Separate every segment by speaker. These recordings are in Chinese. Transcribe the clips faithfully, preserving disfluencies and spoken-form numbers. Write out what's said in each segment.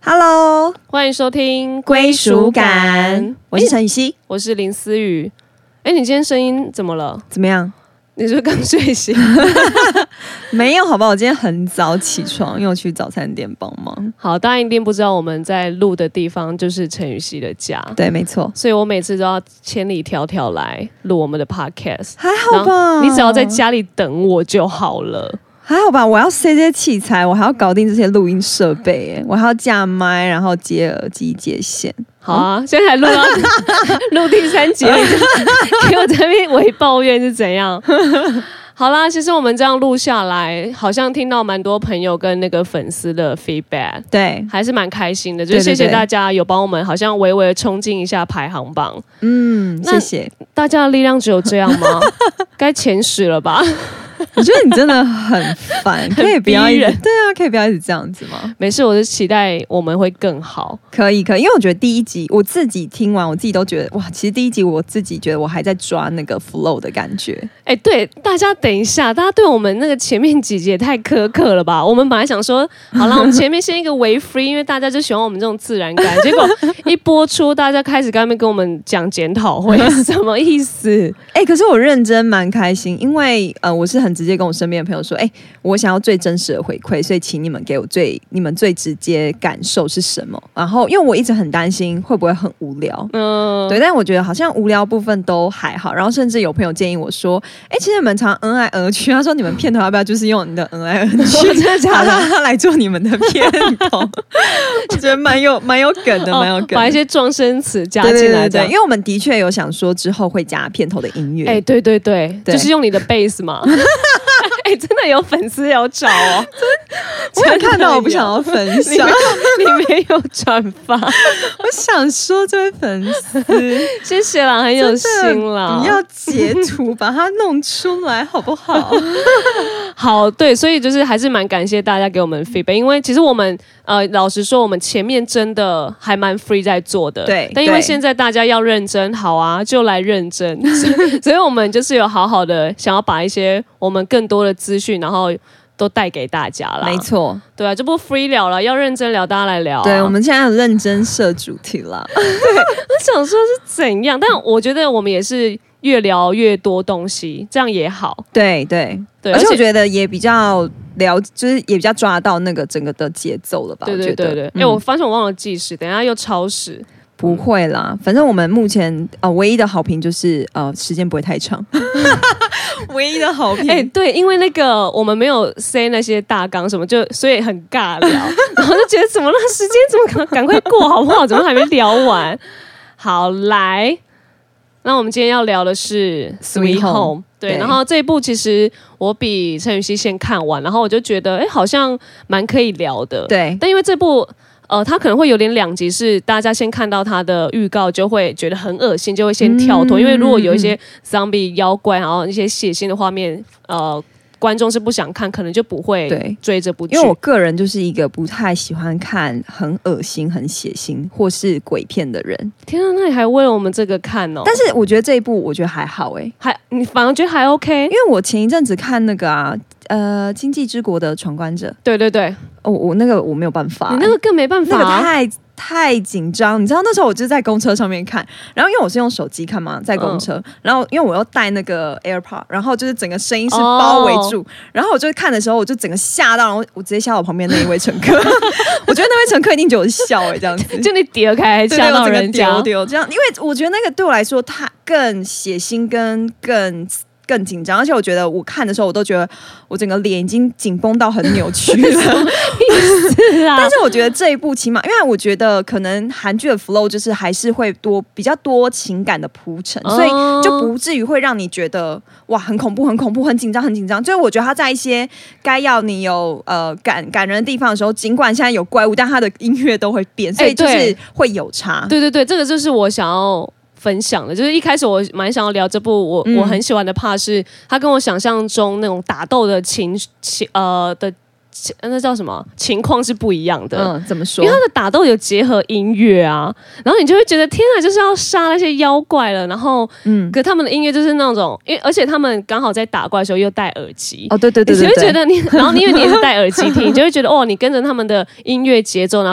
Speaker 1: Hello，
Speaker 2: 欢迎收听
Speaker 1: 归属感，我是陈雨希，
Speaker 2: 我是林思雨。哎，你今天声音怎么了？
Speaker 1: 怎么样？
Speaker 2: 你是不是刚睡醒？
Speaker 1: 没有，好吧，我今天很早起床，因为我去早餐店帮忙。
Speaker 2: 好，大家一定不知道我们在录的地方就是陈雨希的家，
Speaker 1: 对，没错。
Speaker 2: 所以我每次都要千里迢迢来录我们的 podcast。
Speaker 1: 还好吧？
Speaker 2: 你只要在家里等我就好了。
Speaker 1: 还好吧，我要塞这些器材，我还要搞定这些录音设备，我还要架麦，然后接耳机、接线。
Speaker 2: 好啊，现在才录到录第三集，你就给我在那边伪抱怨是怎样？好啦，其实我们这样录下来，好像听到蛮多朋友跟那个粉丝的 feedback，
Speaker 1: 对，
Speaker 2: 还是蛮开心的。就是谢谢大家有帮我们，好像微微冲进一下排行榜。嗯，谢谢。大家的力量只有这样吗？该前十了吧？
Speaker 1: 我觉得你真的很烦，可以不要一直对啊，可以不要一直这样子吗？
Speaker 2: 没事，我是期待我们会更好。
Speaker 1: 可以，可以，因为我觉得第一集我自己听完，我自己都觉得哇，其实第一集我自己觉得我还在抓那个 flow 的感觉。
Speaker 2: 哎、欸，对，大家等一下，大家对我们那个前面几集也太苛刻了吧？我们本来想说，好了，我们前面先一个微 free， 因为大家就喜欢我们这种自然感。结果一播出，大家开始在那边跟我们讲检讨会，什么意思？
Speaker 1: 哎、欸，可是我认真蛮开心，因为呃，我是很直接跟我身边的朋友说，哎、欸，我想要最真实的回馈，所以请你们给我最你们最直接感受是什么？然后，因为我一直很担心会不会很无聊，嗯，对，但我觉得好像无聊部分都还好。然后甚至有朋友建议我说，哎、欸，其实你们常恩爱而去，他说你们片头要不要就是用你的恩爱而去，
Speaker 2: 真的假的？
Speaker 1: 他来做你们的片头，我觉得蛮有蛮有梗的，蛮、哦、有梗的，
Speaker 2: 把一些撞声词加进来，对对对对，
Speaker 1: 因为我们的确有想说之后会加片头的音乐，
Speaker 2: 哎、欸，对对对，对，就是用你的 bass 嘛。哎、欸，真的有粉丝有找哦！
Speaker 1: 我有看到，我不想要分享，
Speaker 2: 你没有转发。
Speaker 1: 我想说，这位粉丝，
Speaker 2: 谢谢啦，很有心啦。
Speaker 1: 你要截图把它弄出来，好不好？
Speaker 2: 好，对，所以就是还是蛮感谢大家给我们 feedback， 因为其实我们呃，老实说，我们前面真的还蛮 free 在做的，
Speaker 1: 对。
Speaker 2: 但因为现在大家要认真，好啊，就来认真，所以我们就是有好好的想要把一些我们更多的资讯，然后都带给大家啦。
Speaker 1: 没错，
Speaker 2: 对啊，这不 free 聊了，要认真聊，大家来聊、啊。
Speaker 1: 对，我们现在有认真设主题了。
Speaker 2: 对，我想说是怎样，但我觉得我们也是越聊越多东西，这样也好。
Speaker 1: 对对对，而且我觉得也比较聊，就是也比较抓到那个整个的节奏了吧？
Speaker 2: 对对对对。哎、嗯欸，我发现我忘了计时，等一下又超时。
Speaker 1: 不会啦，反正我们目前呃唯一的好评就是呃时间不会太长，唯一的好评。
Speaker 2: 哎、欸，对，因为那个我们没有 say 那些大纲什么，就所以很尬聊，然后就觉得怎么了，时间怎么赶快过好不好？怎么还没聊完？好，来，那我们今天要聊的是 Sweet Home， 对，对，然后这一部其实我比陈雨希先看完，然后我就觉得哎、欸，好像蛮可以聊的，
Speaker 1: 对，
Speaker 2: 但因为这部。呃，它可能会有点两极，是大家先看到它的预告就会觉得很恶心，就会先跳脱、嗯。因为如果有一些 zombie 妖怪，然后一些血腥的画面，呃，观众是不想看，可能就不会追这部剧。
Speaker 1: 因为我个人就是一个不太喜欢看很恶心、很血腥或是鬼片的人。
Speaker 2: 天啊，那你还为了我们这个看哦？
Speaker 1: 但是我觉得这一部我觉得还好哎、欸，
Speaker 2: 还你反而觉得还 OK？
Speaker 1: 因为我前一阵子看那个啊，呃，《经济之国的闯关者》，
Speaker 2: 对对对。
Speaker 1: 哦，我那个我没有办法、欸，
Speaker 2: 你那个更没办法、啊，
Speaker 1: 那个太太紧张。你知道那时候我就是在公车上面看，然后因为我是用手机看嘛，在公车，嗯、然后因为我又带那个 AirPod， 然后就是整个声音是包围住，哦、然后我就看的时候，我就整个吓到，然后我直接吓到我旁边那一位乘客，我觉得那位乘客一定觉得我是笑哎、欸，这样子，
Speaker 2: 就你叠开吓到人家，
Speaker 1: 丢丢这样，因为我觉得那个对我来说，它更血腥跟更。更紧张，而且我觉得我看的时候，我都觉得我整个脸已经紧绷到很扭曲了。是啊，但是我觉得这一部起码，因为我觉得可能韩剧的 flow 就是还是会多比较多情感的铺陈，哦、所以就不至于会让你觉得哇很恐怖、很恐怖、很紧张、很紧张。就是我觉得他在一些该要你有呃感感人的地方的时候，尽管现在有怪物，但他的音乐都会变，所以就是会有差。
Speaker 2: 欸、对对对，这个就是我想要。分享的就是一开始我蛮想要聊这部我、嗯、我很喜欢的 part 是它跟我想象中那种打斗的情情呃的那叫什么情况是不一样的。
Speaker 1: 嗯，怎么说？
Speaker 2: 因为它的打斗有结合音乐啊，然后你就会觉得天啊，就是要杀那些妖怪了。然后，嗯，可他们的音乐就是那种，因为而且他们刚好在打怪的时候又戴耳机。
Speaker 1: 哦，对对对对对，
Speaker 2: 你就会觉得你，然后因为你也是戴耳机听，你就会觉得哦，你跟着他们的音乐节奏，然后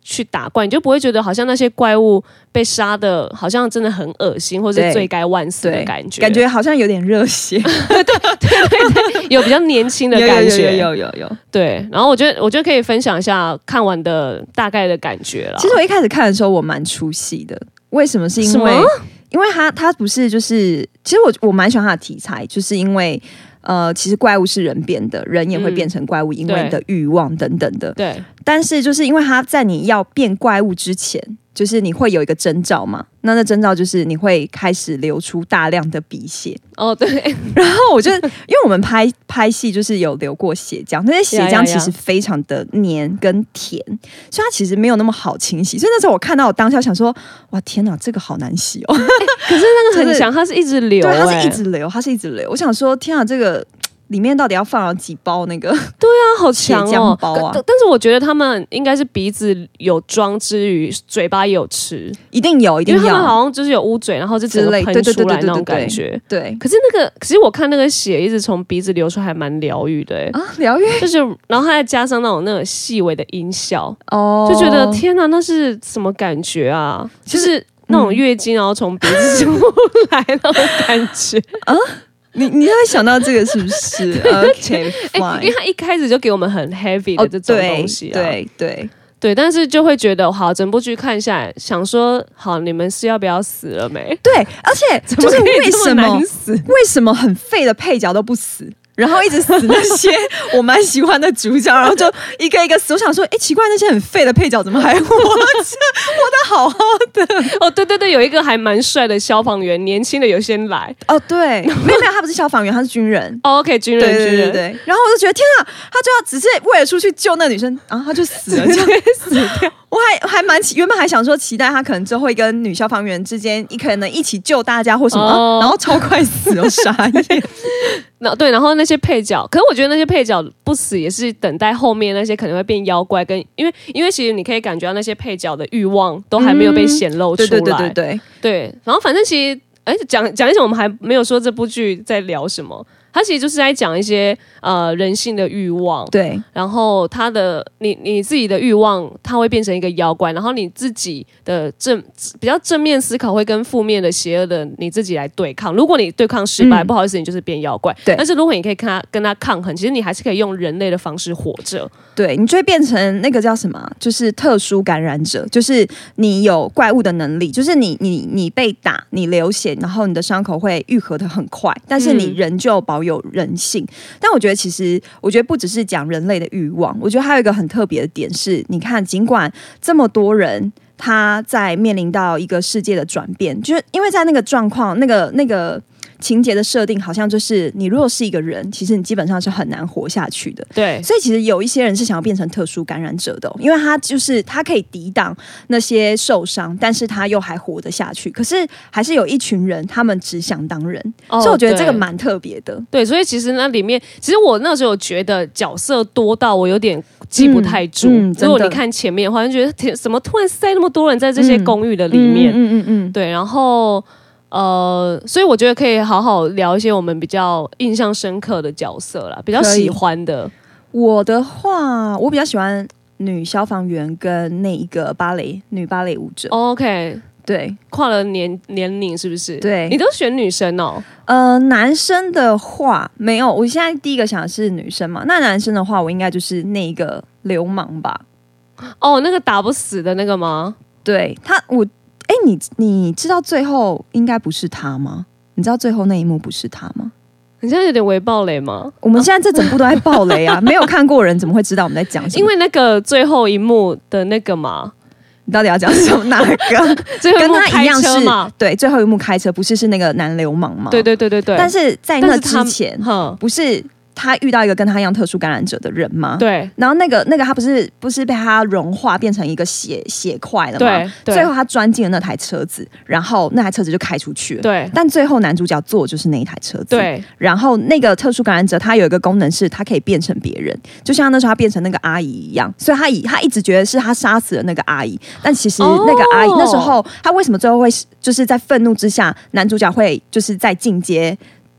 Speaker 2: 去打怪，你就不会觉得好像那些怪物被杀的好像真的很恶心，或是罪该万死的感觉，
Speaker 1: 感觉好像有点热血，
Speaker 2: 对对对对，有比较年轻的感觉，
Speaker 1: 有有有有 有, 有
Speaker 2: 对。然后我觉得，我觉得可以分享一下看完的大概的感觉啦。
Speaker 1: 其实我一开始看的时候，我蛮出戏的，为什么？是因为因为他他不是就是，其实我我蛮喜欢他的题材，就是因为。呃，其实怪物是人变的，人也会变成怪物，嗯、因为你的欲望等等的。
Speaker 2: 对。
Speaker 1: 但是就是因为他在你要变怪物之前，就是你会有一个征兆嘛，那那征兆就是你会开始流出大量的鼻血。
Speaker 2: 哦，对。
Speaker 1: 然后我就因为我们拍拍戏就是有流过血浆，那些血浆其实非常的黏跟甜，所以它其实没有那么好清洗。所以那时候我看到我当下想说，哇，天哪，这个好难洗哦。欸、
Speaker 2: 可是那个很强，它是一直流、欸，
Speaker 1: 对，它是一直流，它是一直流。我想说，天啊，这个。里面到底要放了几包那个？对
Speaker 2: 啊，好强哦！
Speaker 1: 包啊！
Speaker 2: 但是我觉得他们应该是鼻子有装之余，嘴巴也有吃，
Speaker 1: 一定有，一定有。
Speaker 2: 因为他们好像就是有捂嘴，然后就整个喷出来那种感觉。
Speaker 1: 对。
Speaker 2: 可是那个，可是我看那个血一直从鼻子流出，还蛮疗愈的、欸、
Speaker 1: 啊，疗愈。就是，
Speaker 2: 然后还加上那种那种细微的音效，哦，就觉得天哪，那是什么感觉啊？就是那种月经，然后从鼻子出来那种感觉啊。
Speaker 1: 你你会想到这个是不是 ？OK，
Speaker 2: fine、欸、因为他一开始就给我们很 heavy 的这种东西、啊
Speaker 1: 哦、对对 对,
Speaker 2: 对，但是就会觉得好，整部剧看下来，想说好，你们是要不要死了没？
Speaker 1: 对，而且就是为什么为什么很废的配角都不死？然后一直死那些我蛮喜欢的主角，然后就一个一个死。我想说，哎，奇怪，那些很废的配角怎么还活着，活得好好的？
Speaker 2: 哦，对对对，有一个还蛮帅的消防员，年轻的有先来。
Speaker 1: 哦，对，没有没有，他不是消防员，他是军人。
Speaker 2: 哦 ，OK， 军人，
Speaker 1: 对对对
Speaker 2: 军人。
Speaker 1: 对。然后我就觉得，天啊，他就要只是为了出去救那女生，然后他就死了，就
Speaker 2: 死掉。
Speaker 1: 我还还蛮原本还想说，期待他可能就会跟女消防员之间，可能一起救大家或什么，哦啊、然后超快死了，傻眼。
Speaker 2: 那对，然后那些配角，可是我觉得那些配角不死也是等待后面那些可能会变妖怪，跟因为因为其实你可以感觉到那些配角的欲望都还没有被显露出来，嗯、对对对对对对。然后反正其实，哎，讲讲一讲，我们还没有说这部剧在聊什么。它其实就是在讲一些呃人性的欲望，
Speaker 1: 对，
Speaker 2: 然后他的你你自己的欲望，它会变成一个妖怪，然后你自己的正比较正面思考会跟负面的邪恶的你自己来对抗。如果你对抗失败，嗯、不好意思，你就是变妖怪。
Speaker 1: 对，
Speaker 2: 但是如果你可以跟他跟他抗衡，其实你还是可以用人类的方式活着。
Speaker 1: 对，你就会变成那个叫什么，就是特殊感染者，就是你有怪物的能力，就是你你你被打，你流血，然后你的伤口会愈合得很快，但是你仍旧保有人性。嗯、但我觉得其实，我觉得不只是讲人类的欲望，我觉得还有一个很特别的点是，你看，尽管这么多人他在面临到一个世界的转变，就是因为在那个状况，那个那个。情节的设定好像就是你如果是一个人，其实你基本上是很难活下去的。
Speaker 2: 对，
Speaker 1: 所以其实有一些人是想要变成特殊感染者的、哦，因为他就是他可以抵挡那些受伤，但是他又还活得下去。可是还是有一群人，他们只想当人，哦、所以我觉得这个蛮特别的。
Speaker 2: 对，所以其实那里面，其实我那时候有觉得角色多到我有点记不太住。嗯嗯、如果你看前面的话，就觉得怎么突然塞那么多人在这些公寓的里面？嗯嗯嗯 嗯, 嗯，对，然后。呃，所以我觉得可以好好聊一些我们比较印象深刻的角色啦，比较喜欢的。
Speaker 1: 我的话，我比较喜欢女消防员跟那一个芭蕾女芭蕾舞者。
Speaker 2: Oh, OK，
Speaker 1: 对，
Speaker 2: 跨了年年龄是不是？
Speaker 1: 对，
Speaker 2: 你都选女生哦。
Speaker 1: 呃，男生的话没有，我现在第一个想的是女生嘛。那男生的话，我应该就是那一个流氓吧？
Speaker 2: 哦，那个打不死的那个吗？
Speaker 1: 对他，我。哎，你你知道最后应该不是他吗？你知道最后那一幕不是他吗？
Speaker 2: 你现在有点微爆雷吗？
Speaker 1: 我们现在这整部都在爆雷啊！没有看过人怎么会知道我们在讲什么？
Speaker 2: 因为那个最后一幕的那个嘛，
Speaker 1: 你到底要讲什么？哪个？
Speaker 2: 最后一幕
Speaker 1: 跟他一样是
Speaker 2: 嘛？
Speaker 1: 对，最后一幕开车不是是那个男流氓吗？
Speaker 2: 对对对对对。
Speaker 1: 但是在那之前，不是。他遇到一个跟他一样特殊感染者的人吗？
Speaker 2: 对，
Speaker 1: 然后那个那个他不是不是被他融化变成一个血血块了吗？
Speaker 2: 对，对
Speaker 1: 最后他钻进了那台车子，然后那台车子就开出去了。
Speaker 2: 对，
Speaker 1: 但最后男主角坐的就是那一台车子。
Speaker 2: 对，
Speaker 1: 然后那个特殊感染者他有一个功能是，他可以变成别人，就像那时候他变成那个阿姨一样，所以他以他一直觉得是他杀死了那个阿姨，但其实那个阿姨、哦、那时候他为什么最后会就是在愤怒之下，男主角会就是在进阶。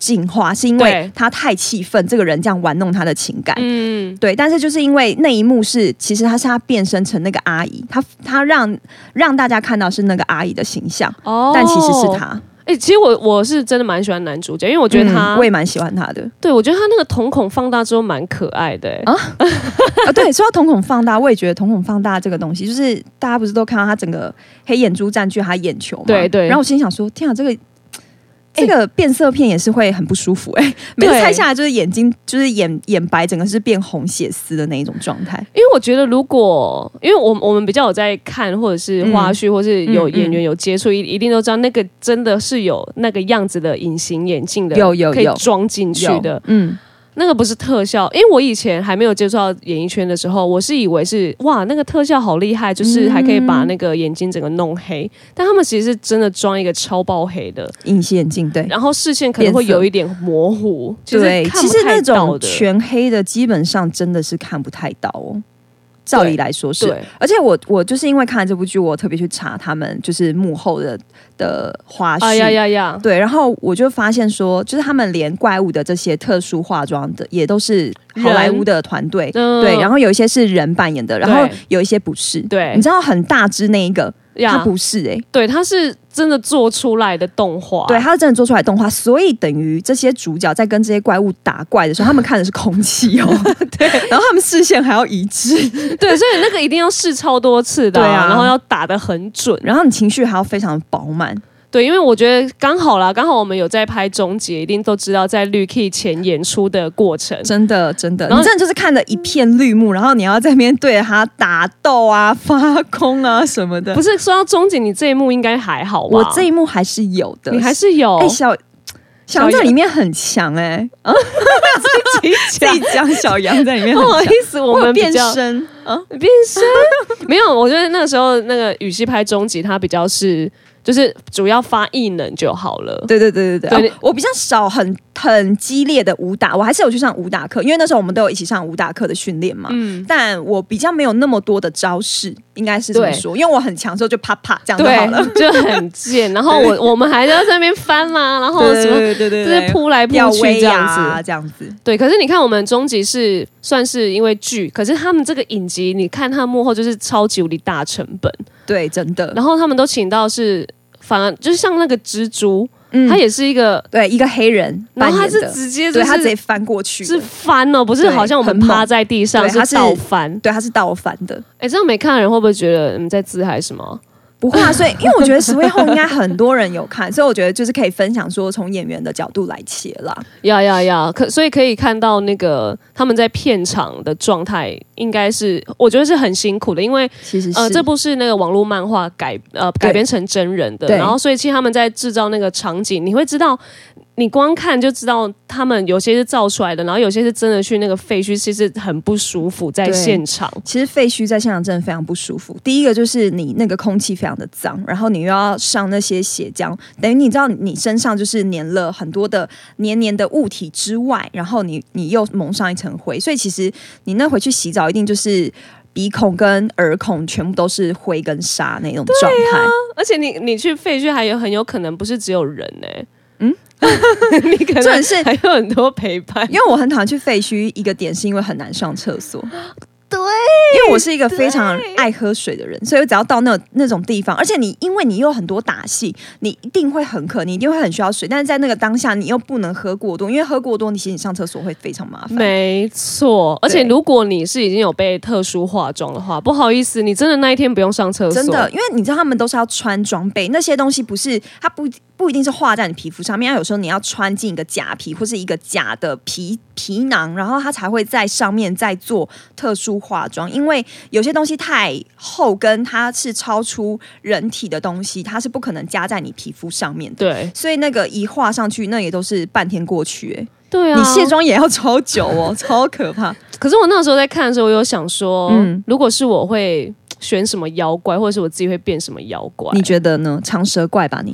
Speaker 1: 进化，是因为他太气愤，这个人这样玩弄他的情感。
Speaker 2: 嗯，
Speaker 1: 对。但是就是因为那一幕是，其实他是他变身成那个阿姨，他他让让大家看到是那个阿姨的形象，哦、但其实是他。
Speaker 2: 哎、欸，其实我我是真的蛮喜欢男主角，因为我觉得他，
Speaker 1: 嗯、我也蛮喜欢他的。
Speaker 2: 对，我觉得他那个瞳孔放大之后蛮可爱的、欸。啊
Speaker 1: 啊，对，说到瞳孔放大，我也觉得瞳孔放大这个东西，就是大家不是都看到他整个黑眼珠占据他眼球嘛？
Speaker 2: 对对。
Speaker 1: 然后我心想说，天啊，这个。这个变色片也是会很不舒服哎、欸，每次拆下来就是眼睛就是眼眼白，整个是变红血丝的那一种状态。
Speaker 2: 因为我觉得，如果因为我我们比较有在看，或者是花絮，嗯、或是有演员有接触，一、嗯嗯、一定都知道那个真的是有那个样子的隐形眼镜的，
Speaker 1: 有有
Speaker 2: 可以装进去的，嗯。那个不是特效，因为我以前还没有接触到演艺圈的时候，我是以为是哇，那个特效好厉害，就是还可以把那个眼睛整个弄黑。嗯、但他们其实是真的装一个超爆黑的
Speaker 1: 隐形眼镜，对，
Speaker 2: 然后视线可能会有一点模糊，
Speaker 1: 对，
Speaker 2: 其
Speaker 1: 实那种全黑的基本上真的是看不太到哦。照理来说是，而且我我就是因为看了这部剧，我特别去查他们就是幕后的的花絮，
Speaker 2: 啊呀呀呀，
Speaker 1: 对，然后我就发现说，就是他们连怪物的这些特殊化妆的也都是好莱坞的团队，嗯、对，然后有一些是人扮演的，然后有一些不是，
Speaker 2: 对，
Speaker 1: 你知道很大只那一个。它不是哎、欸，
Speaker 2: 对，它是真的做出来的动画，
Speaker 1: 对，它是真的做出来的动画，所以等于这些主角在跟这些怪物打怪的时候，他们看的是空气哦，对，然后他们视线还要一致，
Speaker 2: 对，所以那个一定要试超多次的、啊，对啊，然后要打得很准，
Speaker 1: 然后你情绪还要非常饱满。
Speaker 2: 对，因为我觉得刚好啦，刚好我们有在拍终结，一定都知道在绿 key 前演出的过程，
Speaker 1: 真的真的，你真的就是看着一片绿幕，然后你要在那边对着他打斗啊、发功啊什么的。
Speaker 2: 不是说到终结，你这一幕应该还好吧？
Speaker 1: 我这一幕还是有的，
Speaker 2: 你还是有。
Speaker 1: 哎、欸，小小杨在里面很强哎、欸，啊，自己自己讲小杨在里面很强，
Speaker 2: 不好意思，我们
Speaker 1: 变身啊，
Speaker 2: 变身没有，我觉得那个时候那个羽西拍终结，他比较是。就是主要发异能就好了。
Speaker 1: 对对对对 对, 对、哦，我比较少很很激烈的武打，我还是有去上武打课，因为那时候我们都有一起上武打课的训练嘛。嗯，但我比较没有那么多的招式，应该是这么说，因为我很强，时候就啪啪这样就好了，
Speaker 2: 就很贱。然后我我们还在那边翻啦、啊，然后什么对对对对，就是扑来扑去这样子，
Speaker 1: 啊、这样子。
Speaker 2: 对，可是你看我们终极是算是因为剧，可是他们这个影集，你看他幕后就是超级无敌大成本。
Speaker 1: 对，真的。
Speaker 2: 然后他们都请到是，反而就是像那个蜘蛛，嗯、他也是一个
Speaker 1: 对一个黑人扮演的，
Speaker 2: 然后他是直接、就是、
Speaker 1: 对他直接翻过去，
Speaker 2: 是翻哦，不是好像我们趴在地上，是倒翻，
Speaker 1: 对，他是倒翻的。
Speaker 2: 哎，这样没看的人会不会觉得你们在自嗨什么？
Speaker 1: 不会啊，所以因为我觉得十位后应该很多人有看，所以我觉得就是可以分享说从演员的角度来切啦。
Speaker 2: 呀呀呀，可所以可以看到那个他们在片场的状态，应该是我觉得是很辛苦的，因为
Speaker 1: 其实
Speaker 2: 呃这部是那个网络漫画改呃改编成真人的，然后所以其实他们在制造那个场景，你会知道。你光看就知道，他们有些是造出来的，然后有些是真的去那个废墟，其实很不舒服。在现场，
Speaker 1: 其实废墟在现场真的非常不舒服。第一个就是你那个空气非常的脏，然后你又要上那些血浆，等于你知道你身上就是粘了很多的黏黏的物体之外，然后你你又蒙上一层灰，所以其实你那回去洗澡一定就是鼻孔跟耳孔全部都是灰跟沙那种状态。
Speaker 2: 啊、而且你你去废墟还有很有可能不是只有人呢、欸。嗯，你可能是还有很多陪伴，
Speaker 1: 因为我很讨厌去废墟，一个点是因为很难上厕所。
Speaker 2: 对，
Speaker 1: 因为我是一个非常爱喝水的人，所以我只要到那那种地方，而且你因为你有很多打戏，你一定会很渴，你一定会很需要水，但是在那个当下你又不能喝过多，因为喝过多，你其实你上厕所会非常麻烦。
Speaker 2: 没错，而且如果你是已经有被特殊化妆的话，不好意思，你真的那一天不用上厕所。
Speaker 1: 真的，因为你知道他们都是要穿装备，那些东西不是它不。不一定是画在你皮肤上面，有时候你要穿进一个假皮或是一个假的皮皮囊，然后它才会在上面再做特殊化妆。因为有些东西太厚，跟它是超出人体的东西，它是不可能加在你皮肤上面的。
Speaker 2: 对，
Speaker 1: 所以那个一画上去，那也都是半天过去、欸。
Speaker 2: 对啊，
Speaker 1: 你卸妆也要超久哦，超可怕。
Speaker 2: 可是我那个时候在看的时候，我有想说，嗯，如果是我会选什么妖怪，或者是我自己会变什么妖怪？
Speaker 1: 你觉得呢？长舌怪吧你。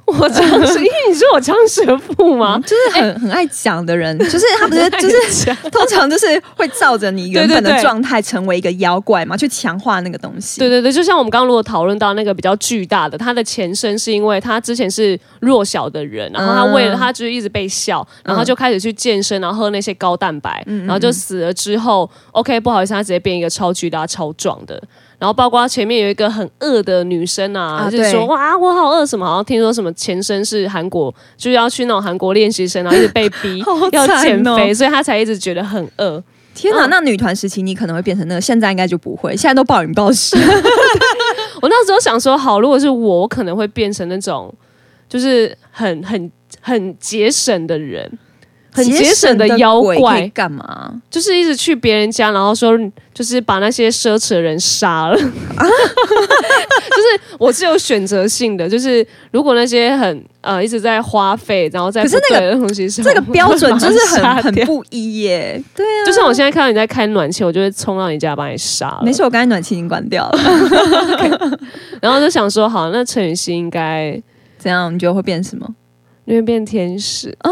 Speaker 2: 我长舌，因为你说我长舌妇吗？
Speaker 1: 嗯、就是很、欸、很爱讲的人，就是他不是就是通常就是会照着你原本的状态成为一个妖怪嘛，去强化那个东西。
Speaker 2: 对对对，就像我们刚刚如果讨论到那个比较巨大的，他的前身是因为他之前是弱小的人，然后他为了他就是一直被笑，然后他就开始去健身，然后喝那些高蛋白，嗯、然后就死了之后 ，OK， 不好意思，他直接变一个超巨大、超壮的。然后包括前面有一个很饿的女生啊，啊就是说哇我好饿什么，好像听说什么前身是韩国，就是要去那种韩国练习生，然后一直被逼要减肥，哦、所以他才一直觉得很饿。
Speaker 1: 天哪，嗯、那女团时期你可能会变成那个，现在应该就不会，现在都暴饮暴食。
Speaker 2: 我那时候想说，好，如果是我，我可能会变成那种就是很很很节省的人。很节省的妖怪
Speaker 1: 干嘛？
Speaker 2: 就是一直去别人家，然后说就是把那些奢侈的人杀了。啊、就是我是有选择性的，就是如果那些很呃一直在花费，然后在不对的东西上，
Speaker 1: 这个标准就是很很不一耶。对啊，
Speaker 2: 就像我现在看到你在开暖气，我就会冲到你家把你杀了。
Speaker 1: 没事，我刚才暖气已经关掉了。
Speaker 2: okay. 然后就想说，好，那陈雨希应该
Speaker 1: 怎样？你觉得会变什么？
Speaker 2: 因为变天使啊！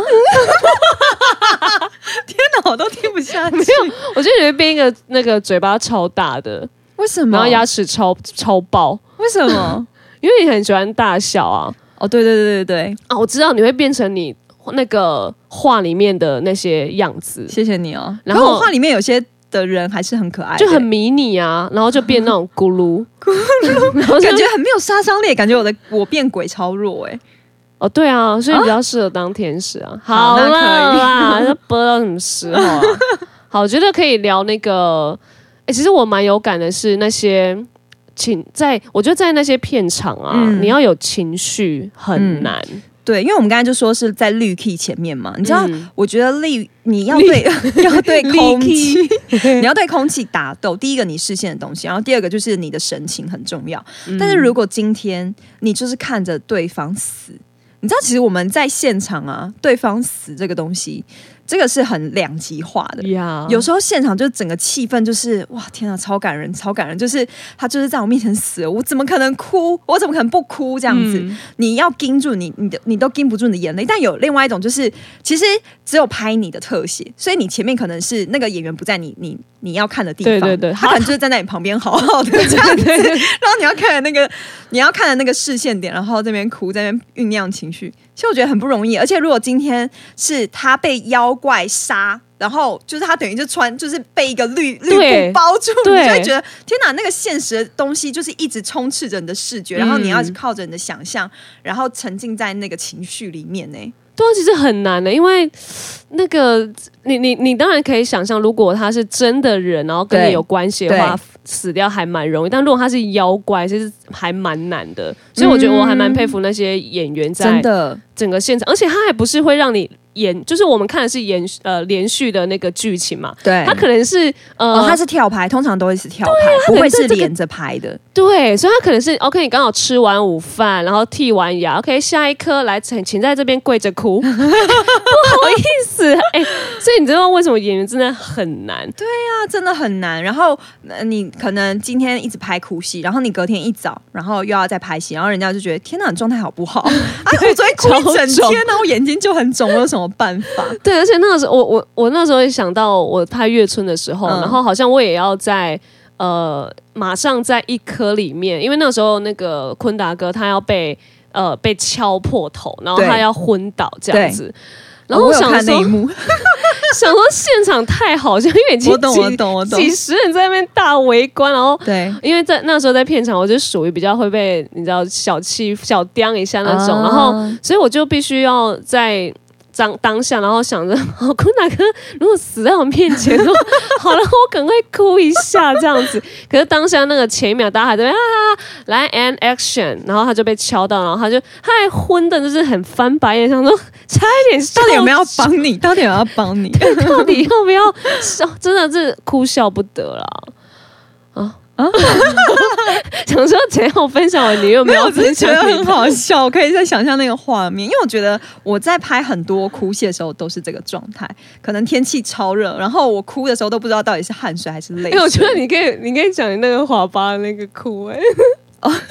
Speaker 1: 天哪，我都听不下去。
Speaker 2: 没有，我觉得你会变一个那个嘴巴超大的，
Speaker 1: 为什么？
Speaker 2: 然后牙齿超超爆，
Speaker 1: 为什么？
Speaker 2: 因为你很喜欢大笑啊！
Speaker 1: 哦，对对对对对
Speaker 2: 啊！我知道你会变成你那个画里面的那些样子。
Speaker 1: 谢谢你哦。然后我画里面有些的人还是很可爱的，
Speaker 2: 就很迷你啊，然后就变那种咕噜
Speaker 1: 咕噜，感觉很没有杀伤力，感觉我的我变鬼超弱哎、欸。
Speaker 2: 哦，对啊，所以比较适合当天使啊。好了啦，那播到什么时候啊？好，我觉得可以聊那个。哎，其实我蛮有感的是那些情，在我觉得在那些片场啊，嗯、你要有情绪很难。嗯
Speaker 1: 对，因为我们刚才就说是在绿 key 前面嘛，你知道，嗯、我觉得绿你要对要对空气，你要对空气打斗。第一个你视线的东西，然后第二个就是你的神情很重要。嗯、但是如果今天你就是看着对方死，你知道，其实我们在现场啊，对方死这个东西，这个是很两极化的。Yeah. 有时候现场就整个气氛就是哇，天啊，超感人，超感人！就是他就是在我面前死了，我怎么可能哭？我怎么可能不哭？这样子，嗯、你要盯住你，你的你都盯不住你的眼泪。但有另外一种，就是其实只有拍你的特写，所以你前面可能是那个演员不在你你你要看的地方，
Speaker 2: 对对对，
Speaker 1: 他可能就是站在你旁边好好的这样子，然后你要看的那个你要看的那个视线点，然后这边哭，在那边酝酿情绪。其实我觉得很不容易，而且如果今天是他被妖怪杀，然后就是他等于就穿就是被一个绿绿布包住，你就会觉得天哪，那个现实的东西就是一直充斥着你的视觉，然后你要靠着你的想象，然后沉浸在那个情绪里面呢。
Speaker 2: 对啊，其实很难的，因为那个你你你当然可以想象，如果他是真的人，然后跟你有关系的话，死掉还蛮容易。但如果他是妖怪，其实还蛮难的。所以我觉得我还蛮佩服那些演员在整个现场，而且他还不是会让你演，就是我们看的是延呃连续的那个剧情嘛，
Speaker 1: 对，
Speaker 2: 他可能是呃，
Speaker 1: 哦，他是跳拍，通常都会是跳拍，不会是连着拍的。
Speaker 2: 对，所以他可能是 OK， 你刚好吃完午饭，然后剔完牙 ，OK， 下一颗来，请请在这边跪着哭，不好意思，哎、欸，所以你知道为什么演员真的很难？
Speaker 1: 对啊，真的很难。然后、呃、你可能今天一直拍哭戏，然后你隔天一早，然后又要再拍戏，然后人家就觉得天哪，你状态好不好？啊，我昨天哭一整天，然后眼睛就很肿，我有什么办法？
Speaker 2: 对，而且那个时候，我我我那时候也想到我拍月春的时候，嗯、然后好像我也要在呃马上在一颗里面，因为那个时候那个坤达哥他要被呃被敲破头，然后他要昏倒这样子。然后我想说，哦、我想说现场太好笑，因为已经几几十人在那边大围观，然后
Speaker 1: 对，
Speaker 2: 因为在那时候在片场，我就属于比较会被你知道小气小刁一下那种，啊、然后所以我就必须要在。当当下，然后想着，哦，坤达哥如果死在我面前，说好了，我可能会哭一下这样子。可是当下那个前一秒，大家还在啊来 and action， 然后他就被敲到，然后他就他还昏的，就是很翻白眼，想说差一点笑，
Speaker 1: 到底有没有要帮你？到底有没有要帮你？
Speaker 2: 到底要不要笑？真的是哭笑不得啦。啊啊！想说怎样分享完，你又没有分享？
Speaker 1: 我觉得很好笑，我可以再想象那个画面，因为我觉得我在拍很多哭戏的时候都是这个状态，可能天气超热，然后我哭的时候都不知道到底是汗水还是泪水。
Speaker 2: 欸、我觉得你可以，你可以讲你那个滑巴的那个哭、欸，哎。
Speaker 1: 哦，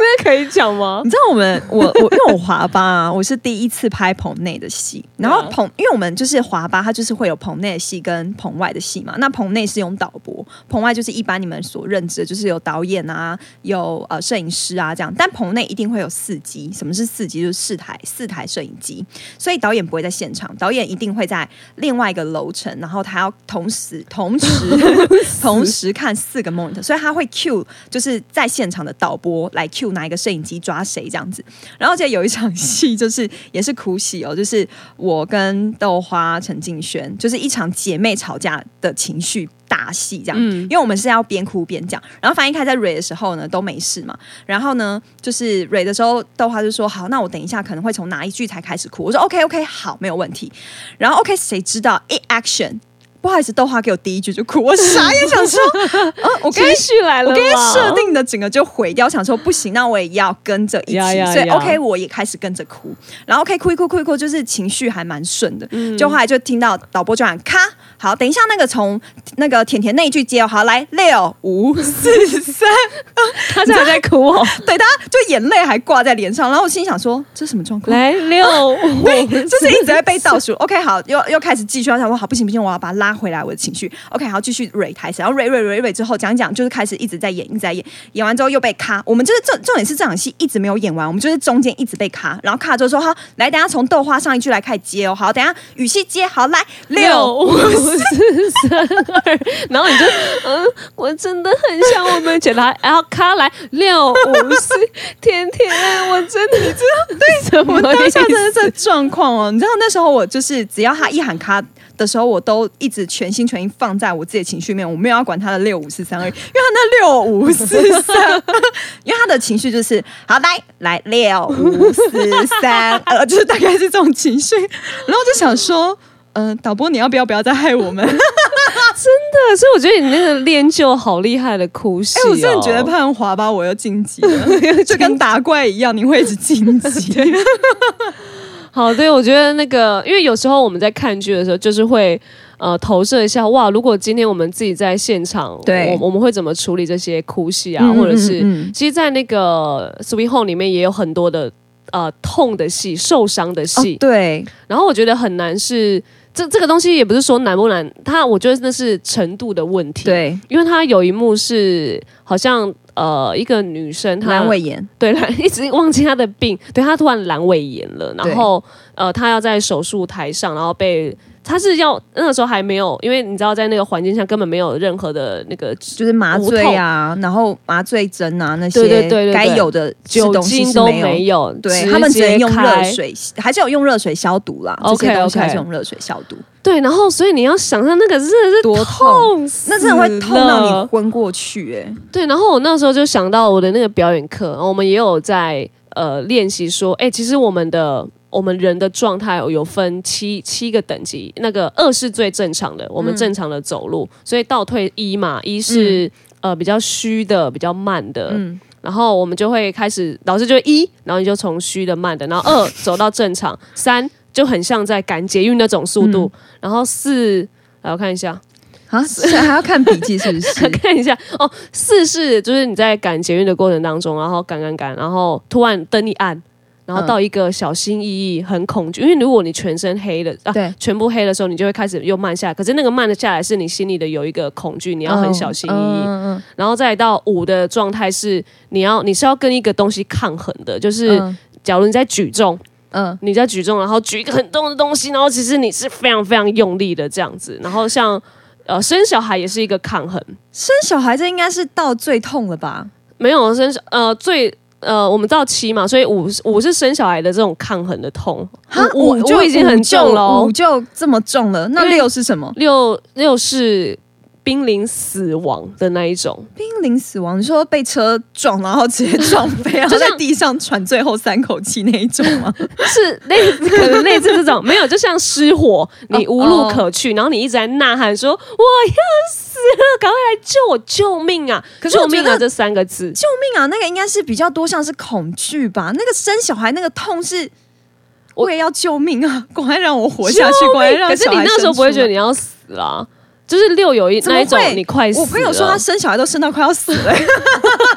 Speaker 2: 那可以讲吗？
Speaker 1: 你知道我们我我因为我华巴啊，我是第一次拍棚内的戏，然后棚因为我们就是华巴，它就是会有棚内的戏跟棚外的戏嘛。那棚内是用导播，棚外就是一般你们所认知的，就是有导演啊，有呃摄影师啊这样。但棚内一定会有四机，什么是四机？就是四台四台摄影机，所以导演不会在现场，导演一定会在另外一个楼层，然后他要同时同时同时看四个 monitor， 所以他会 cue 就是在现场的导播来 cue 哪一个摄影机抓谁这样子。然后记得有一场戏就是也是苦喜哦，就是我跟豆花陈敬轩，就是一场姐妹吵架的情绪大戏这样、嗯、因为我们是要边哭边讲。然后反正一开始在蕊的时候呢都没事嘛，然后呢就是蕊的时候豆花就说好，那我等一下可能会从哪一句才开始哭，我说 OK OK 好没有问题。然后 OK 谁知道一 action不好意思，豆花给我第一句就哭，我傻眼想说，啊、我跟
Speaker 2: 情绪来了，
Speaker 1: 我跟设定的整个就毁掉，想说不行，那我也要跟着一起， yeah, yeah, 所以 OK 我也开始跟着哭，然后 OK 哭一哭哭一哭，就是情绪还蛮顺的、嗯，就后来就听到导播就喊咔，好，等一下那个从那个甜甜那一句接，好来六五四三，
Speaker 2: 他现在在哭哦，
Speaker 1: 对，他就眼泪还挂在脸上，然后我心想说这什么状况？
Speaker 2: 来六五，
Speaker 1: 对，就是一直在被倒数 ，OK 好，又又开始继续，我想说好不行不行，我要把它拉回来我的情绪 ，OK 好，继续蕊台词，然后蕊蕊蕊蕊之后讲讲，就是开始一直在演，一直在演，演完之后又被卡，我们就是重重点是这场戏一直没有演完，我们就是中间一直被卡，然后卡之后说好，来等一下从豆花上一句来开始接哦，好，等一下语气接，好来六五四
Speaker 2: 三二，然后你就嗯，我真的很想我们姐来，然后卡来六五四，甜甜，我真的你知道对什么？
Speaker 1: 我当下真的是这状况哦，你知道那时候我就是只要他一喊卡的时候，我都一直全心全意放在我自己的情绪面，我没有要管他的六五四三二，因为他那六五四三，因为他的情绪就是好来来六五四三二，就是大概是这种情绪，然后就想说。嗯、呃，导播，你要不要不要再害我们？真
Speaker 2: 的，所以我觉得你那个练就好厉害的哭戏、哦。哎、
Speaker 1: 欸，我真的觉得判滑吧，我又晋级了，就跟打怪一样，你会一直晋级。
Speaker 2: 好，对，我觉得那个，因为有时候我们在看剧的时候，就是会呃投射一下，哇，如果今天我们自己在现场，对，我, 我们会怎么处理这些哭戏啊？嗯、或者是，嗯、其实，在那个《Sweet Home》里面也有很多的呃痛的戏、受伤的戏、哦，
Speaker 1: 对。
Speaker 2: 然后我觉得很难是。这这个东西也不是说难不难，它我觉得那是程度的问题。对，因为它有一幕是好像呃一个女生她
Speaker 1: 阑尾炎，
Speaker 2: 对，一直忘记她的病，对，她突然阑尾炎了，然后呃她要在手术台上，然后被。他是要那个时候还没有，因为你知道在那个环境下根本没有任何的那个
Speaker 1: 就是麻醉啊，然后麻醉针啊那些，对对对，该有的
Speaker 2: 酒精都没有，
Speaker 1: 对他们只能用热水，还是有用热水消毒啦。这些东西还是用热水消毒。
Speaker 2: 对，然后所以你要想象那个真的是
Speaker 1: 多痛，那真的会痛到你昏过去哎、欸。
Speaker 2: 对，然后我那时候就想到我的那个表演课，我们也有在呃练习说，哎，其实我们的。我们人的状态有分七七个等级，那个二是最正常的，我们正常的走路，嗯、所以倒退一嘛，一是、嗯、呃比较虚的、比较慢的，嗯、然后我们就会开始，老师就一，然后你就从虚的、慢的，然后二走到正常，三就很像在赶捷运那种速度，嗯、然后四，来我看一下。
Speaker 1: 啊，还要看笔记是不是？
Speaker 2: 看一下哦，四是就是你在赶捷运的过程当中，然后赶赶赶，然后突然灯一暗。然后到一个小心翼翼、很恐惧，因为如果你全身黑了啊，对，全部黑的时候，你就会开始又慢下来。可是那个慢的下来，是你心里的有一个恐惧，你要很小心翼翼。嗯嗯嗯、然后再到五的状态是，你要你是要跟一个东西抗衡的，就是假如你在举重，嗯，你在举重，然后举一个很重的东西，然后其实你是非常非常用力的这样子。然后像呃生小孩也是一个抗衡，
Speaker 1: 生小孩这应该是到最痛了吧？
Speaker 2: 没有生呃最。呃，我们到七嘛，所以五五是生小孩的这种抗衡的痛，
Speaker 1: 五就已经很重了，五就这么重了。那六是什么？
Speaker 2: 六六是濒临死亡的那一种。
Speaker 1: 濒临死亡，你说被车撞，然后直接撞飞，然后在地上喘最后三口气那一种吗？
Speaker 2: 是类似，可能类似这种，没有，就像失火，你无路可去， oh, oh. 然后你一直在呐喊说我要死了，赶快来救我，救命啊！可是救命啊这三个字，
Speaker 1: 救命啊，那个应该是比较多像是恐惧吧？那个生小孩那个痛是。我也要救命啊！赶快让我活下去！赶快让小孩生出来。
Speaker 2: 可是你那时候不会觉得你要死啦？就是六有一那一种，你快死了。
Speaker 1: 我朋友说他生小孩都生到快要死了、欸，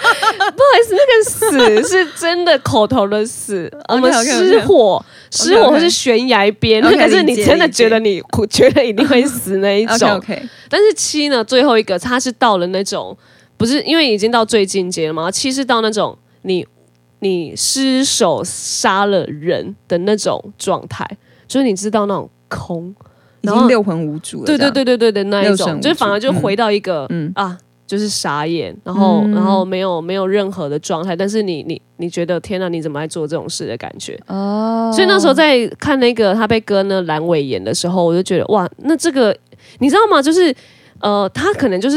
Speaker 2: 好意思，那个死是真的口头的死，我们失火，失火或是悬崖边，那个是你真的觉得你觉得一定会死那一种。
Speaker 1: okay, okay.
Speaker 2: 但是七呢，最后一个它是到了那种，不是因为已经到最进阶了嘛？七是到那种你你失手杀了人的那种状态，就是你知道那种空，
Speaker 1: 已经六魂无主了。
Speaker 2: 对对对对对的那一种，就是反而就回到一个、嗯、啊。就是傻眼，然后、嗯、然后没有没有任何的状态，但是你你你觉得天哪，你怎么来做这种事的感觉？哦，所以那时候在看那个他被割那阑尾炎的时候，我就觉得哇，那这个你知道吗？就是呃，他可能就是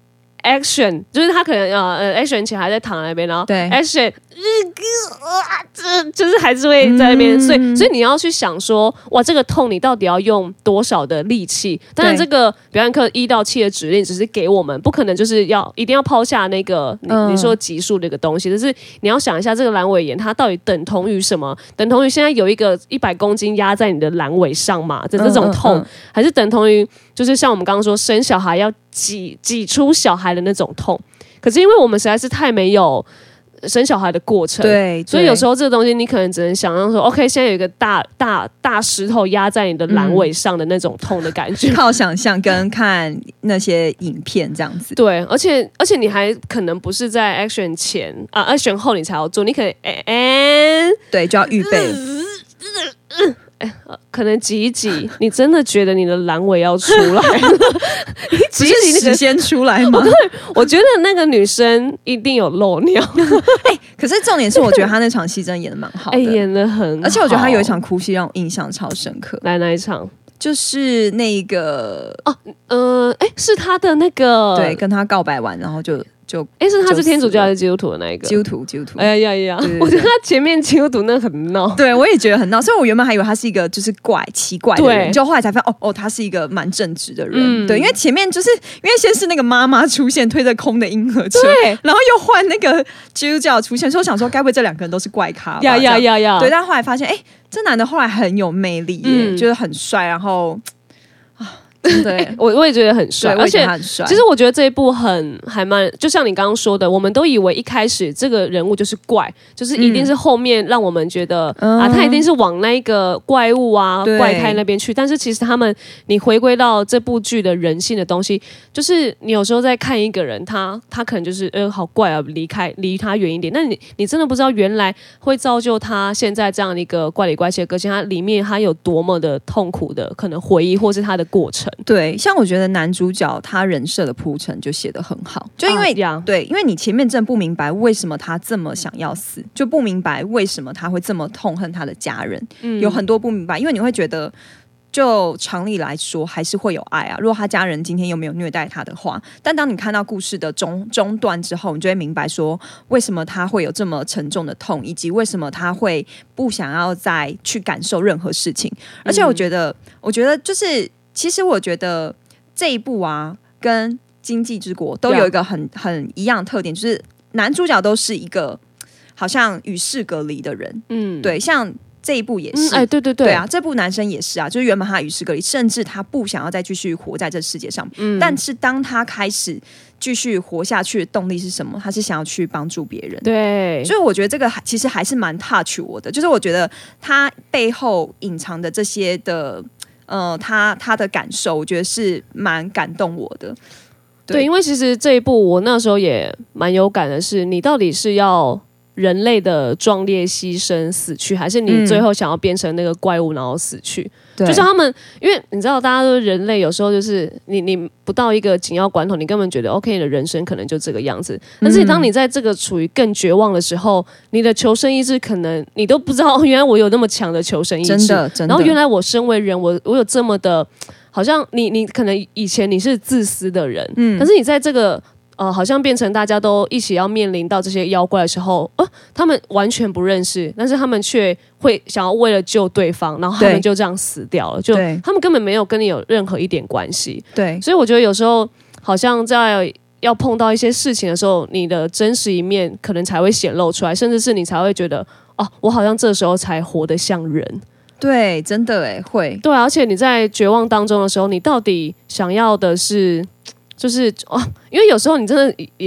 Speaker 2: action， 就是他可能呃 action 前还在躺在那边，然后
Speaker 1: 对
Speaker 2: action。这就是还是会在那边、嗯，所以所以你要去想说，哇，这个痛你到底要用多少的力气？当然，这个表演课一到七的指令只是给我们，不可能就是要一定要抛下那个你、嗯、你说级数这个东西。但是你要想一下，这个阑尾炎它到底等同于什么？等同于现在有一个一百公斤压在你的阑尾上嘛的这种痛，嗯嗯嗯、还是等同于就是像我们刚刚说生小孩要挤挤出小孩的那种痛？可是因为我们实在是太没有生小孩的过程，
Speaker 1: 对，
Speaker 2: 所以有时候这个东西你可能只能想象说 ，OK， 现在有一个大大大石头压在你的阑尾上的那种痛的感觉，
Speaker 1: 嗯、靠想象跟看那些影片这样子。
Speaker 2: 对，而且而且你还可能不是在 action 前啊 action 后你才要做，你可能哎哎，
Speaker 1: 对，就要预备。
Speaker 2: 哎，可能挤一挤，你真的觉得你的阑尾要出来了？你挤一挤，
Speaker 1: 那个先出来吗？
Speaker 2: 对，我觉得那个女生一定有漏尿。
Speaker 1: 哎、欸，可是重点是，我觉得她那场戏真的演的蛮好的，
Speaker 2: 哎、欸，演的很好。
Speaker 1: 而且我觉得她有一场哭戏让我印象超深刻。
Speaker 2: 来哪一场？
Speaker 1: 就是那个
Speaker 2: 哦，呃，哎、欸，是她的那个，
Speaker 1: 对，跟她告白完，然后就。就
Speaker 2: 哎、欸，是他是天主教还是基督徒的那一个？
Speaker 1: 基督徒，基督徒。
Speaker 2: 哎呀呀呀！我觉得他前面基督徒那很闹，
Speaker 1: 对我也觉得很闹。所以我原本还以为他是一个就是怪奇怪的人，就后来才发现哦哦，他是一个蛮正直的人。嗯、对，因为前面就是因为先是那个妈妈出现推着空的婴儿车，
Speaker 2: 对，
Speaker 1: 然后又换那个基督教出现，所以我想说，该不会这两个人都是怪咖吧？
Speaker 2: 呀呀呀呀！
Speaker 1: 对，但后来发现，哎、欸，这男的后来很有魅力耶，嗯、就是很帅，然后。对、欸，
Speaker 2: 我我也觉得很帅，
Speaker 1: 而且很帅。
Speaker 2: 其实我觉得这一部很还蛮，就像你刚刚说的，我们都以为一开始这个人物就是怪，就是一定是后面让我们觉得、嗯、啊，他一定是往那个怪物啊、怪胎那边去。但是其实他们，你回归到这部剧的人性的东西，就是你有时候在看一个人，他他可能就是呃好怪啊，离开离他远一点。但你你真的不知道原来会造就他现在这样的一个怪里怪气的个性，他里面他有多么的痛苦的可能回忆，或是他的过程。
Speaker 1: 对，像我觉得男主角他人设的铺陈就写得很好，就因为、
Speaker 2: 啊、
Speaker 1: 对，因为你前面真的不明白为什么他这么想要死，就不明白为什么他会这么痛恨他的家人，嗯、有很多不明白，因为你会觉得。就常理来说，还是会有爱啊。如果他家人今天又没有虐待他的话，但当你看到故事的中中段之后，你就会明白说，为什么他会有这么沉重的痛，以及为什么他会不想要再去感受任何事情。而且我觉得，嗯、我觉得就是，其实我觉得这一部啊，跟《经济之国》都有一个很很一样的特点，就是男主角都是一个好像与世隔离的人。嗯，对，像。这一部也是，
Speaker 2: 哎、嗯欸，对对对，
Speaker 1: 对啊，这部男生也是啊，就是原本他与世隔离，甚至他不想要再继续活在这世界上。嗯，但是当他开始继续活下去的动力是什么？他是想要去帮助别人。
Speaker 2: 对，
Speaker 1: 所以我觉得这个其实还是蛮 touch 我的，就是我觉得他背后隐藏的这些的，呃，他他的感受，我觉得是蛮感动我的。
Speaker 2: 对，对，因为其实这一部我那时候也蛮有感的是，你到底是要。人类的壮烈牺牲死去，还是你最后想要变成那个怪物然后死去？嗯、就是他们，因为你知道，大家都人类有时候就是你你不到一个紧要关头，你根本觉得 OK， 你的人生可能就这个样子。但是当你在这个处于更绝望的时候，你的求生意志可能你都不知道，原来我有那么强的求生意志，
Speaker 1: 真的，真的。
Speaker 2: 然后原来我身为人，我我有这么的，好像你你可能以前你是自私的人，嗯，但是你在这个。呃，好像变成大家都一起要面临到这些妖怪的时候，呃，他们完全不认识，但是他们却会想要为了救对方，然后他们就这样死掉了，就他们根本没有跟你有任何一点关系。
Speaker 1: 对，
Speaker 2: 所以我觉得有时候好像在要碰到一些事情的时候，你的真实一面可能才会显露出来，甚至是你才会觉得，哦，我好像这时候才活得像人。
Speaker 1: 对，真的哎，会。
Speaker 2: 对，而且你在绝望当中的时候，你到底想要的是？就是哦，因为有时候你真的也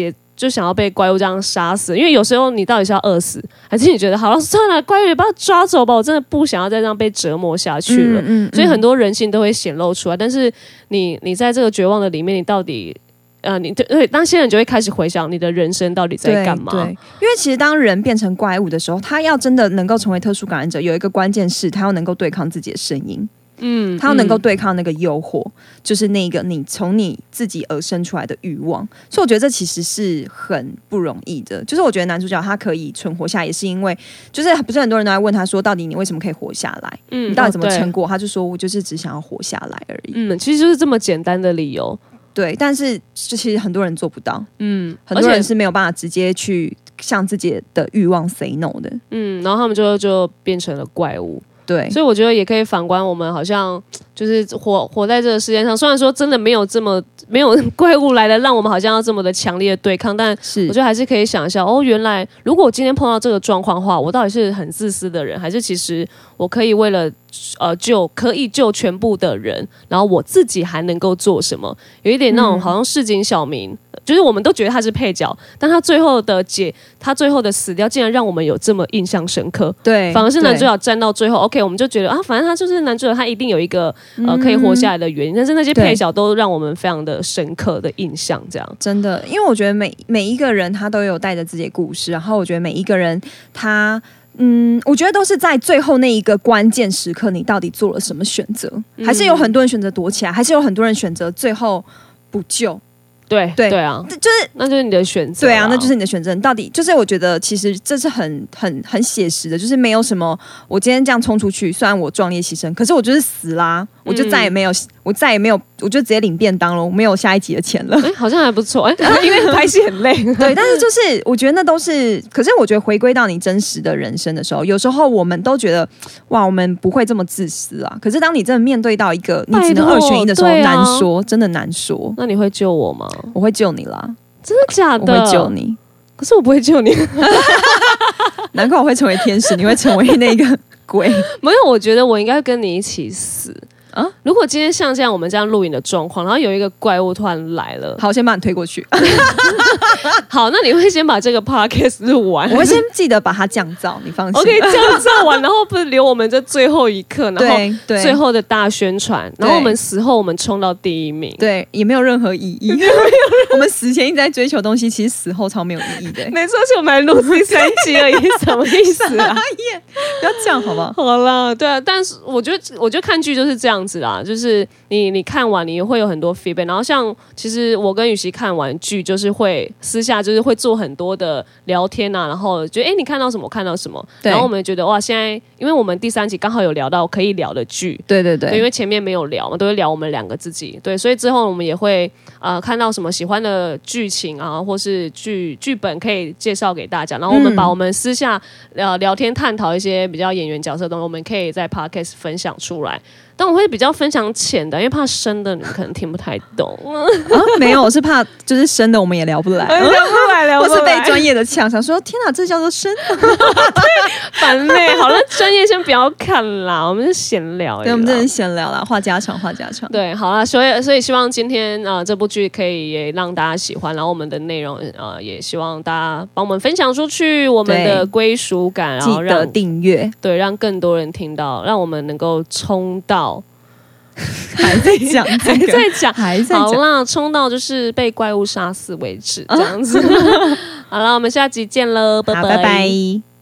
Speaker 2: 就想要被怪物这样杀死，因为有时候你到底是要饿死，还是你觉得好了算了，怪物也把它抓走吧，我真的不想要再这样被折磨下去了。嗯嗯嗯，所以很多人性都会显露出来，但是你你在这个绝望的里面，你到底呃，你对对，当些人就会开始回想你的人生到底在干嘛？
Speaker 1: 对，对，因为其实当人变成怪物的时候，他要真的能够成为特殊感染者，有一个关键是他要能够对抗自己的声音。嗯，他要能够对抗那个诱惑，嗯、就是那个你从你自己而生出来的欲望，所以我觉得这其实是很不容易的。就是我觉得男主角他可以存活下来，也是因为就是不是很多人都在问他说，到底你为什么可以活下来？嗯，你到底怎么撑过？哦、他就说我就是只想要活下来而已。
Speaker 2: 嗯，其实就是这么简单的理由。
Speaker 1: 对，但是其实很多人做不到。嗯，很多人是没有办法直接去向自己的欲望 say no 的。
Speaker 2: 嗯，然后他们就就变成了怪物。
Speaker 1: 对，
Speaker 2: 所以我觉得也可以反观我们，好像就是活活在这个世界上。虽然说真的没有这么没有怪物来的，让我们好像要这么的强烈的对抗，但是我觉得还是可以想一下，哦，原来如果我今天碰到这个状况的话，我到底是很自私的人，还是其实我可以为了呃救可以救全部的人，然后我自己还能够做什么？有一点那种好像市井小民。嗯，就是我们都觉得他是配角，但他最后的解，他最后的死掉，竟然让我们有这么印象深刻。
Speaker 1: 对，
Speaker 2: 反而是男主角站到最后 ，OK， 我们就觉得啊，反正他就是男主角，他一定有一个呃可以活下来的原因。嗯、但是那些配角都让我们非常的深刻的印象，这样
Speaker 1: 真的，因为我觉得每每一个人他都有带着自己的故事，然后我觉得每一个人他。嗯，我觉得都是在最后那一个关键时刻，你到底做了什么选择？嗯、还是有很多人选择躲起来，还是有很多人选择最后不救？
Speaker 2: 对对对啊，
Speaker 1: 就是
Speaker 2: 那就是你的选择。
Speaker 1: 对啊，那就是你的选择。到底就是我觉得其实这是很很很写实的，就是没有什么我今天这样冲出去，虽然我壮烈牺牲，可是我就是死啦，我就再也没有，嗯、我再也没有，我就直接领便当了，我没有下一集的钱了。
Speaker 2: 哎，好像还不错，哎，因为拍戏很累。
Speaker 1: 对，但是就是我觉得那都是，可是我觉得回归到你真实的人生的时候，有时候我们都觉得哇，我们不会这么自私啊。可是当你真的面对到一个你只能二选一的时候，啊、难说，真的难说。
Speaker 2: 那你会救我吗？
Speaker 1: 我会救你啦。
Speaker 2: 真的假的？
Speaker 1: 我会救你，
Speaker 2: 可是我不会救你。
Speaker 1: 难怪我会成为天使，你会成为那个鬼。
Speaker 2: 没有，我觉得我应该跟你一起死啊！如果今天像这样我们这样录影的状况，然后有一个怪物突然来了，
Speaker 1: 好，先把你推过去。
Speaker 2: 好，那你会先把这个 podcast 录完，
Speaker 1: 我会先记得把它降噪，你放心。
Speaker 2: OK， 降噪完，然后不是留我们这最后一刻，然后最后的大宣传，然后我们死后我们冲到第一名，
Speaker 1: 对，也没有任何意义。我们死前一直在追求东西，其实死后超没有意义的。
Speaker 2: 没错，是我们来录第三集而已，什么意思啊？
Speaker 1: 不要这样好不好？
Speaker 2: 好啦，对啊，但是我觉得，我觉得看剧就是这样子啦，就是你你看完你会有很多 feedback， 然后像其实我跟雨熙看完剧，就是会私下就是会做很多的聊天啊，然后觉得哎、欸、你看到什么看到什么，然后我们觉得哇，现在因为我们第三集刚好有聊到可以聊的剧，
Speaker 1: 对对 对,
Speaker 2: 对，因为前面没有聊嘛，都会聊我们两个自己，对，所以之后我们也会呃看到什么喜欢的剧情啊，或是剧剧本可以介绍给大家，然后我们把我们私下呃聊天探讨一些比较演员角色的东西，我们可以在 podcast 分享出来。但我会比较分享浅的，因为怕深的你可能听不太懂。
Speaker 1: 啊、没有，我是怕就是深的我们也聊不来，
Speaker 2: 聊不来，聊不来，
Speaker 1: 或是被专业的呛，想说天哪，这叫做深，
Speaker 2: 烦累。好了，专业先不要看啦，我们是闲聊。
Speaker 1: 对，我们真的闲聊啦，话家常，话家常。
Speaker 2: 对，好啦，所以所以希望今天呃这部剧可以也让大家喜欢，然后我们的内容呃也希望大家帮我们分享出去，我们的归属感，然后让
Speaker 1: 记得订阅，
Speaker 2: 对，让更多人听到，让我们能够冲到。
Speaker 1: 还在讲、這個，
Speaker 2: 还在讲，
Speaker 1: 还在讲。
Speaker 2: 好啦，冲到就是被怪物杀死为止，这样子。好了，我们下集见了，拜拜。
Speaker 1: 拜拜。